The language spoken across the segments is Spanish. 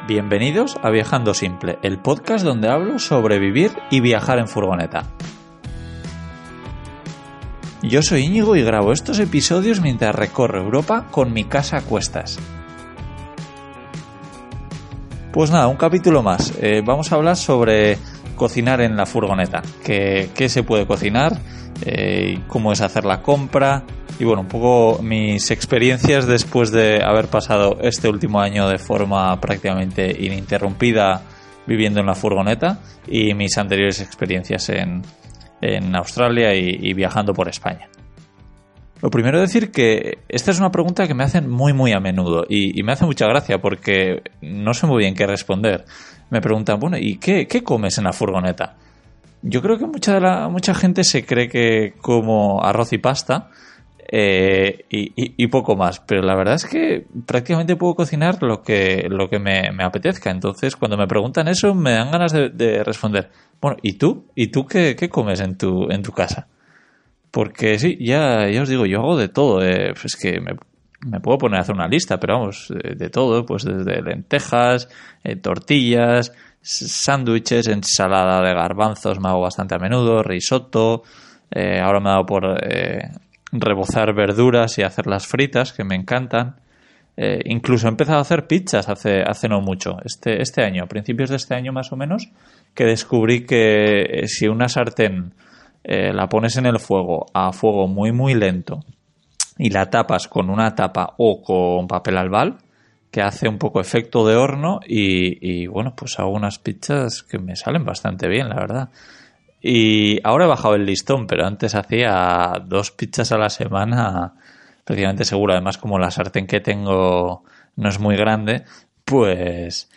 Bienvenidos a Viajando Simple, el podcast donde hablo sobre vivir y viajar en furgoneta. Yo soy Íñigo y grabo estos episodios mientras recorro Europa con mi casa a cuestas. Pues nada, un capítulo más. Vamos a hablar sobre cocinar en la furgoneta. ¿Qué se puede cocinar? ¿Cómo es hacer la compra? Y bueno, un poco mis experiencias después de haber pasado este último año de forma prácticamente ininterrumpida viviendo en la furgoneta y mis anteriores experiencias en Australia y viajando por España. Lo primero decir que esta es una pregunta que me hacen muy a menudo y me hace mucha gracia porque no sé muy bien qué responder. Me preguntan, bueno, ¿y qué comes en la furgoneta? Yo creo que mucha gente se cree que como arroz y pasta y poco más, pero la verdad es que prácticamente puedo cocinar lo que me apetezca. Entonces, cuando me preguntan eso, me dan ganas de responder, bueno, ¿y tú? ¿Y tú qué comes en tu casa? Porque sí, ya os digo, yo hago de todo. Pues que me puedo poner a hacer una lista, pero vamos, de todo, pues desde lentejas, tortillas, sándwiches, ensalada de garbanzos, me hago bastante a menudo, risotto. Ahora me ha dado por rebozar verduras y hacerlas fritas, que me encantan. Incluso he empezado a hacer pizzas hace no mucho, este año, a principios de este año más o menos, que descubrí que si una sartén la pones en el fuego a fuego muy lento y la tapas con una tapa o con papel albal, que hace un poco efecto de horno y bueno, pues hago unas pizzas que me salen bastante bien, la verdad. Y ahora he bajado el listón, pero antes hacía 2 pizzas a la semana prácticamente seguro. Además, como la sartén que tengo no es muy grande, pues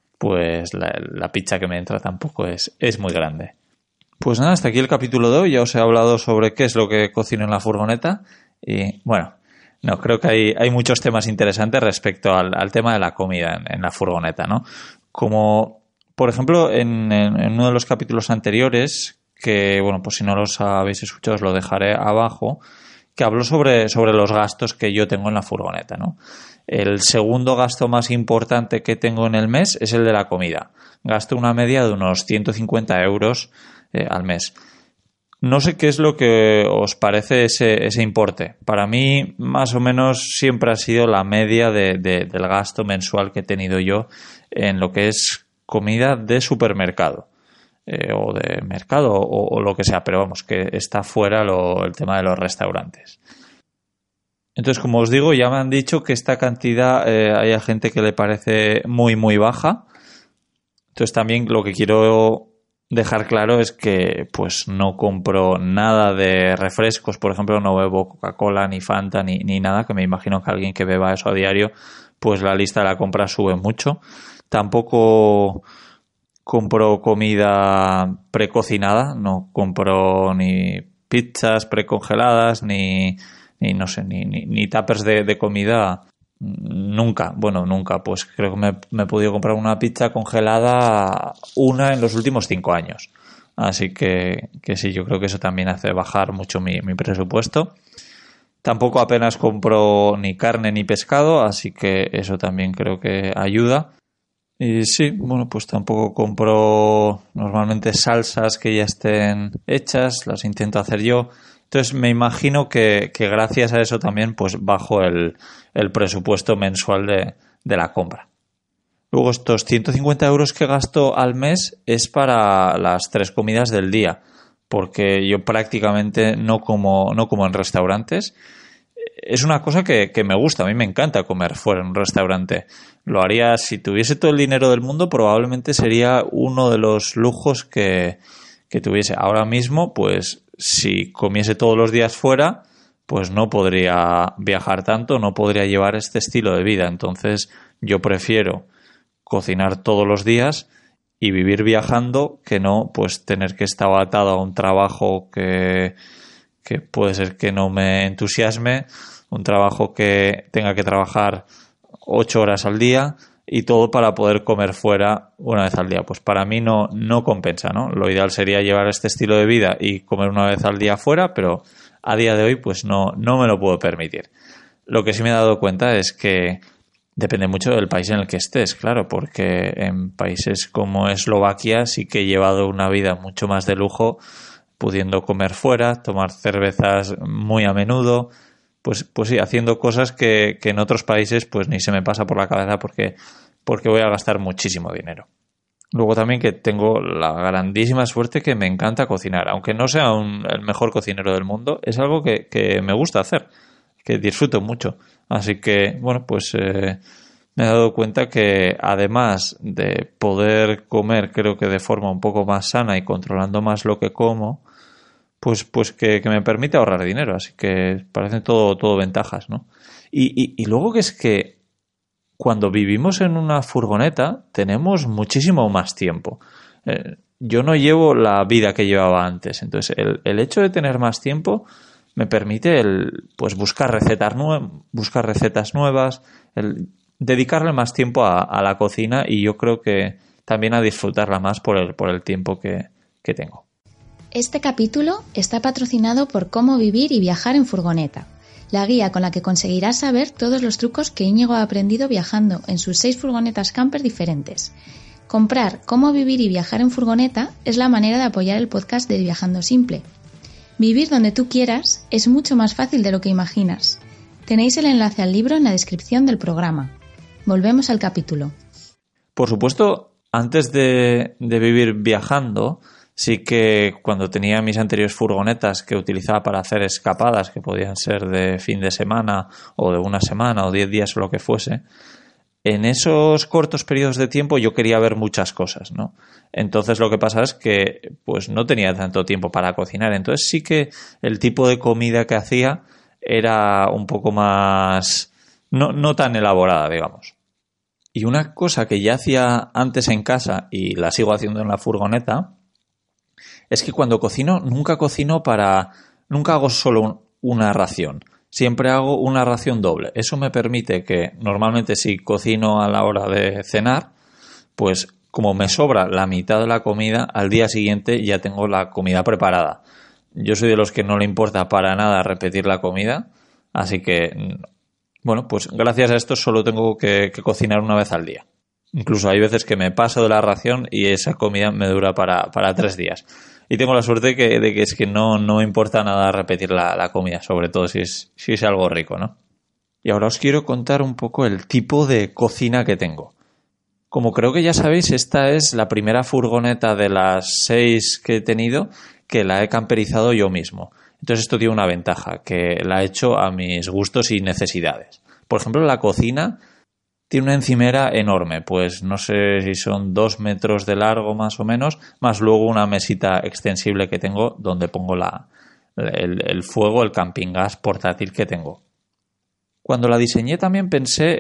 la pizza que me entra tampoco es muy grande. Pues nada, hasta aquí el capítulo de hoy. Ya os he hablado sobre qué es lo que cocino en la furgoneta. Y bueno, no, creo que hay muchos temas interesantes respecto al tema de la comida en la furgoneta, ¿no? Como, por ejemplo, en uno de los capítulos anteriores, que, bueno, pues si no los habéis escuchado os lo dejaré abajo, que hablo sobre los gastos que yo tengo en la furgoneta, ¿no? El segundo gasto más importante que tengo en el mes es el de la comida. Gasto una media de unos 150 euros al mes. No sé qué es lo que os parece ese importe. Para mí, más o menos, siempre ha sido la media del gasto mensual que he tenido yo en lo que es comida de supermercado. O de mercado o lo que sea, pero vamos, que está fuera el tema de los restaurantes. Entonces, como os digo, ya me han dicho que esta cantidad hay gente que le parece muy baja. Entonces, también lo que quiero dejar claro es que pues no compro nada de refrescos, por ejemplo, no bebo Coca-Cola, ni Fanta, ni nada, que me imagino que alguien que beba eso a diario, pues la lista de la compra sube mucho. Tampoco compro comida precocinada, no compro ni pizzas precongeladas, ni no sé, ni tuppers de comida. Nunca, pues creo que me he podido comprar una pizza congelada en los últimos 5 años. Así que sí, yo creo que eso también hace bajar mucho mi presupuesto. Tampoco apenas compro ni carne ni pescado, así que eso también creo que ayuda. Y sí, bueno, pues tampoco compro normalmente salsas que ya estén hechas, las intento hacer yo. Entonces me imagino que gracias a eso también pues bajo el presupuesto mensual de la compra. Luego estos 150 euros que gasto al mes es para las 3 comidas del día, porque yo prácticamente no como en restaurantes. Es una cosa que me gusta, a mí me encanta comer fuera en un restaurante. Lo haría si tuviese todo el dinero del mundo, probablemente sería uno de los lujos que tuviese. Ahora mismo, pues si comiese todos los días fuera, pues no podría viajar tanto, no podría llevar este estilo de vida. Entonces yo prefiero cocinar todos los días y vivir viajando que no pues tener que estar atado a un trabajo que puede ser que no me entusiasme, un trabajo que tenga que trabajar 8 horas al día y todo para poder comer fuera una vez al día. Pues para mí no compensa, ¿no? Lo ideal sería llevar este estilo de vida y comer una vez al día fuera, pero a día de hoy pues no me lo puedo permitir. Lo que sí me he dado cuenta es que Depende mucho del país en el que estés, claro, porque en países como Eslovaquia sí que he llevado una vida mucho más de lujo, pudiendo comer fuera, tomar cervezas muy a menudo, pues sí, haciendo cosas que en otros países pues ni se me pasa por la cabeza porque voy a gastar muchísimo dinero. Luego también que tengo la grandísima suerte que me encanta cocinar, aunque no sea el mejor cocinero del mundo, es algo que me gusta hacer, que disfruto mucho. Así que, bueno, pues me he dado cuenta que además de poder comer, creo que de forma un poco más sana y controlando más lo que como, pues que me permite ahorrar dinero. Así que parecen todo ventajas, ¿no? Y luego que es que cuando vivimos en una furgoneta tenemos muchísimo más tiempo. Yo no llevo la vida que llevaba antes. Entonces, el hecho de tener más tiempo me permite pues buscar recetas nuevas, dedicarle más tiempo a la cocina y yo creo que también a disfrutarla más por el tiempo que tengo. Este capítulo está patrocinado por Cómo vivir y viajar en furgoneta, la guía con la que conseguirás saber todos los trucos que Íñigo ha aprendido viajando en sus 6 furgonetas camper diferentes. Comprar Cómo vivir y viajar en furgoneta es la manera de apoyar el podcast de Viajando Simple. Vivir donde tú quieras es mucho más fácil de lo que imaginas. Tenéis el enlace al libro en la descripción del programa. Volvemos al capítulo. Por supuesto, antes de vivir viajando, sí que cuando tenía mis anteriores furgonetas que utilizaba para hacer escapadas, que podían ser de fin de semana o de una semana o 10 días o lo que fuese, en esos cortos periodos de tiempo yo quería ver muchas cosas, ¿no? Entonces lo que pasa es que pues no tenía tanto tiempo para cocinar. Entonces sí que el tipo de comida que hacía era un poco más... no tan elaborada, digamos. Y una cosa que ya hacía antes en casa y la sigo haciendo en la furgoneta es que cuando cocino, nunca hago solo una ración. Siempre hago una ración doble. Eso me permite que normalmente si cocino a la hora de cenar, pues como me sobra la mitad de la comida, al día siguiente ya tengo la comida preparada. Yo soy de los que no le importa para nada repetir la comida, así que, bueno, pues gracias a esto solo tengo que cocinar una vez al día. Incluso hay veces que me paso de la ración y esa comida me dura para 3 días. Y tengo la suerte de que es que no me importa nada repetir la comida, sobre todo si es algo rico, ¿no? Y ahora os quiero contar un poco el tipo de cocina que tengo. Como creo que ya sabéis, esta es la primera furgoneta de las 6 que he tenido que la he camperizado yo mismo. Entonces esto tiene una ventaja, que la he hecho a mis gustos y necesidades. Por ejemplo, la cocina tiene una encimera enorme, pues no sé si son 2 metros de largo más o menos, más luego una mesita extensible que tengo donde pongo el fuego, el camping gas portátil que tengo. Cuando la diseñé también pensé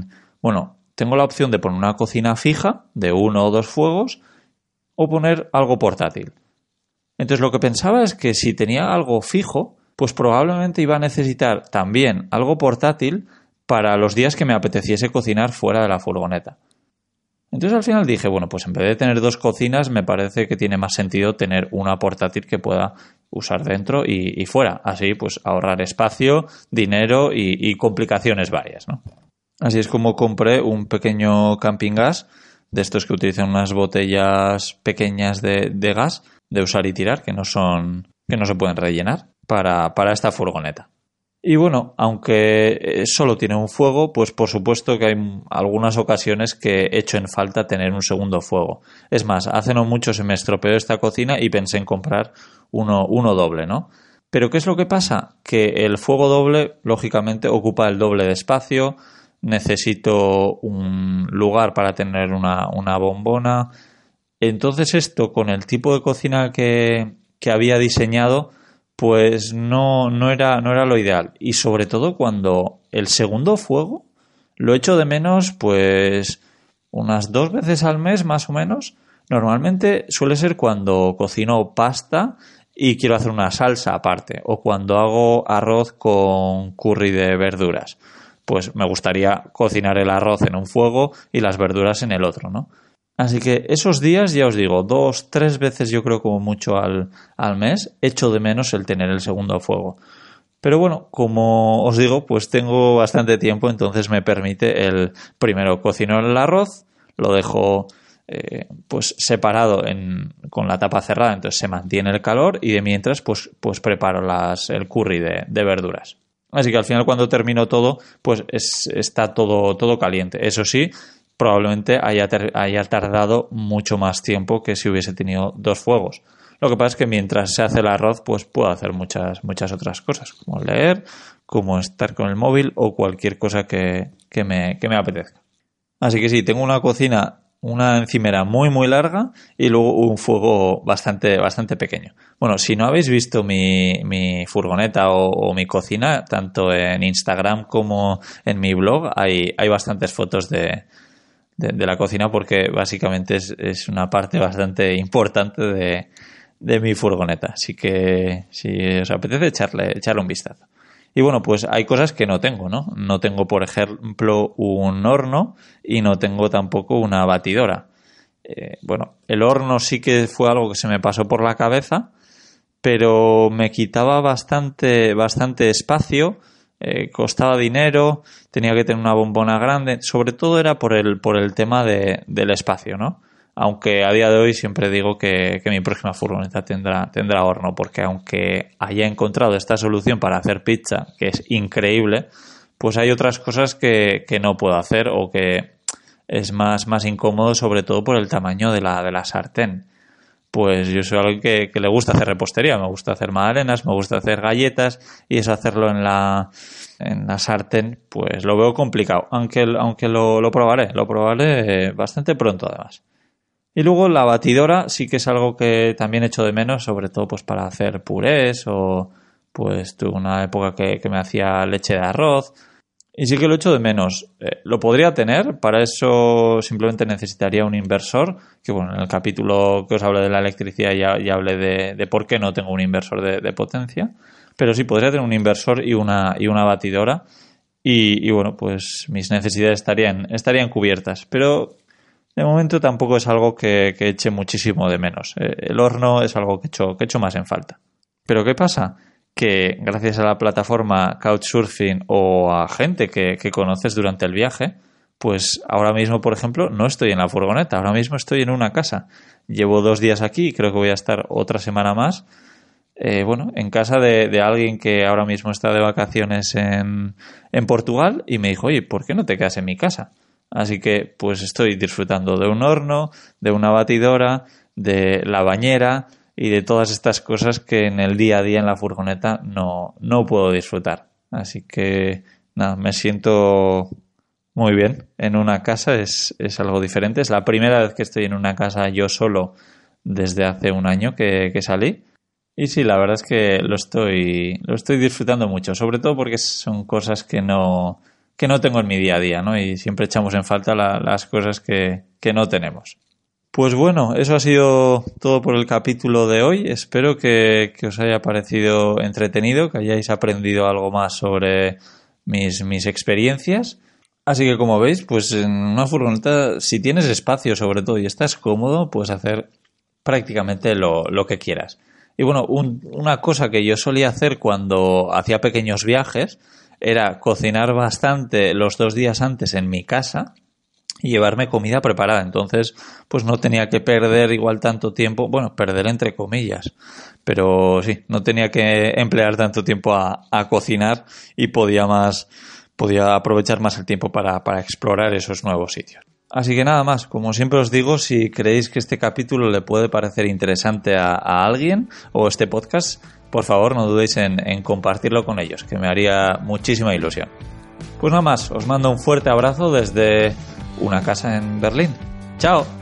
tengo la opción de poner una cocina fija de 1 o 2 fuegos o poner algo portátil. Entonces lo que pensaba es que si tenía algo fijo, pues probablemente iba a necesitar también algo portátil para los días que me apeteciese cocinar fuera de la furgoneta. Entonces al final dije, pues en vez de tener 2 cocinas, me parece que tiene más sentido tener una portátil que pueda usar dentro y fuera. Así pues ahorrar espacio, dinero y complicaciones varias, ¿no? Así es como compré un pequeño camping gas, de estos que utilizan unas botellas pequeñas de gas, de usar y tirar, que no se pueden rellenar, para esta furgoneta. Y bueno, aunque solo tiene un fuego, pues por supuesto que hay algunas ocasiones que echo en falta tener un segundo fuego. Es más, hace no mucho se me estropeó esta cocina y pensé en comprar uno doble, ¿no? Pero ¿qué es lo que pasa? Que el fuego doble, lógicamente, ocupa el doble de espacio, necesito un lugar para tener una bombona. Entonces esto, con el tipo de cocina que había diseñado, pues no era lo ideal. Y sobre todo cuando el segundo fuego lo echo de menos, pues unas 2 veces al mes más o menos. Normalmente suele ser cuando cocino pasta y quiero hacer una salsa aparte, o cuando hago arroz con curry de verduras. Pues me gustaría cocinar el arroz en un fuego y las verduras en el otro, ¿no? Así que esos días, ya os digo, 2-3 veces yo creo como mucho al mes, echo de menos el tener el segundo fuego. Pero bueno, como os digo, pues tengo bastante tiempo, entonces me permite primero cocino el arroz, lo dejo pues separado con la tapa cerrada, entonces se mantiene el calor y de mientras pues preparo el curry de verduras. Así que al final cuando termino todo, pues está todo caliente. Eso sí, probablemente haya tardado mucho más tiempo que si hubiese tenido 2 fuegos. Lo que pasa es que mientras se hace el arroz, pues puedo hacer muchas otras cosas, como leer, como estar con el móvil o cualquier cosa que me apetezca. Así que sí, tengo una encimera muy muy larga y luego un fuego bastante pequeño. Bueno, si no habéis visto mi furgoneta o mi cocina, tanto en Instagram como en mi blog, hay bastantes fotos de la cocina porque básicamente es una parte bastante importante de mi furgoneta. Así que si os apetece echarle un vistazo. Y bueno, pues hay cosas que no tengo, ¿no? No tengo, por ejemplo, un horno y no tengo tampoco una batidora. Bueno, el horno sí que fue algo que se me pasó por la cabeza, pero me quitaba bastante espacio, costaba dinero, tenía que tener una bombona grande. Sobre todo era por el tema del espacio, ¿no? Aunque a día de hoy siempre digo que mi próxima furgoneta tendrá horno, porque aunque haya encontrado esta solución para hacer pizza, que es increíble, pues hay otras cosas que no puedo hacer o que es más incómodo, sobre todo por el tamaño de la sartén. Pues yo soy alguien que le gusta hacer repostería, me gusta hacer magdalenas, me gusta hacer galletas y eso hacerlo en la sartén, pues lo veo complicado, aunque lo probaré bastante pronto además. Y luego la batidora sí que es algo que también echo de menos, sobre todo pues para hacer purés o pues tuve una época que me hacía leche de arroz y sí que lo echo de menos. Lo podría tener, para eso simplemente necesitaría un inversor, que bueno, en el capítulo que os hablé de la electricidad ya hablé de por qué no tengo un inversor de potencia, pero sí podría tener un inversor y una batidora y bueno, pues mis necesidades estarían cubiertas, pero de momento tampoco es algo que eche muchísimo de menos. El horno es algo que echo más en falta. ¿Pero qué pasa? Que gracias a la plataforma Couchsurfing o a gente que conoces durante el viaje, pues ahora mismo, por ejemplo, no estoy en la furgoneta, ahora mismo estoy en una casa. Llevo 2 días aquí y creo que voy a estar otra semana más. En casa de alguien que ahora mismo está de vacaciones en Portugal y me dijo, oye, ¿por qué no te quedas en mi casa? Así que pues estoy disfrutando de un horno, de una batidora, de la bañera y de todas estas cosas que en el día a día en la furgoneta no puedo disfrutar. Así que nada, me siento muy bien. En una casa es algo diferente. Es la primera vez que estoy en una casa yo solo desde hace un año que salí. Y sí, la verdad es que lo estoy disfrutando mucho, sobre todo porque son cosas que no tengo en mi día a día, ¿no? Y siempre echamos en falta las cosas que no tenemos. Pues bueno, eso ha sido todo por el capítulo de hoy. Espero que os haya parecido entretenido, que hayáis aprendido algo más sobre mis experiencias. Así que como veis, pues en una furgoneta, si tienes espacio sobre todo y estás cómodo, puedes hacer prácticamente lo que quieras. Y bueno, una cosa que yo solía hacer cuando hacía pequeños viajes era cocinar bastante los 2 días antes en mi casa y llevarme comida preparada. Entonces, pues no tenía que perder igual tanto tiempo, bueno, perder entre comillas, pero sí, no tenía que emplear tanto tiempo a cocinar y podía aprovechar más el tiempo para explorar esos nuevos sitios. Así que nada más, como siempre os digo, si creéis que este capítulo le puede parecer interesante a alguien o este podcast, por favor no dudéis en compartirlo con ellos, que me haría muchísima ilusión. Pues nada más, os mando un fuerte abrazo desde una casa en Berlín. ¡Chao!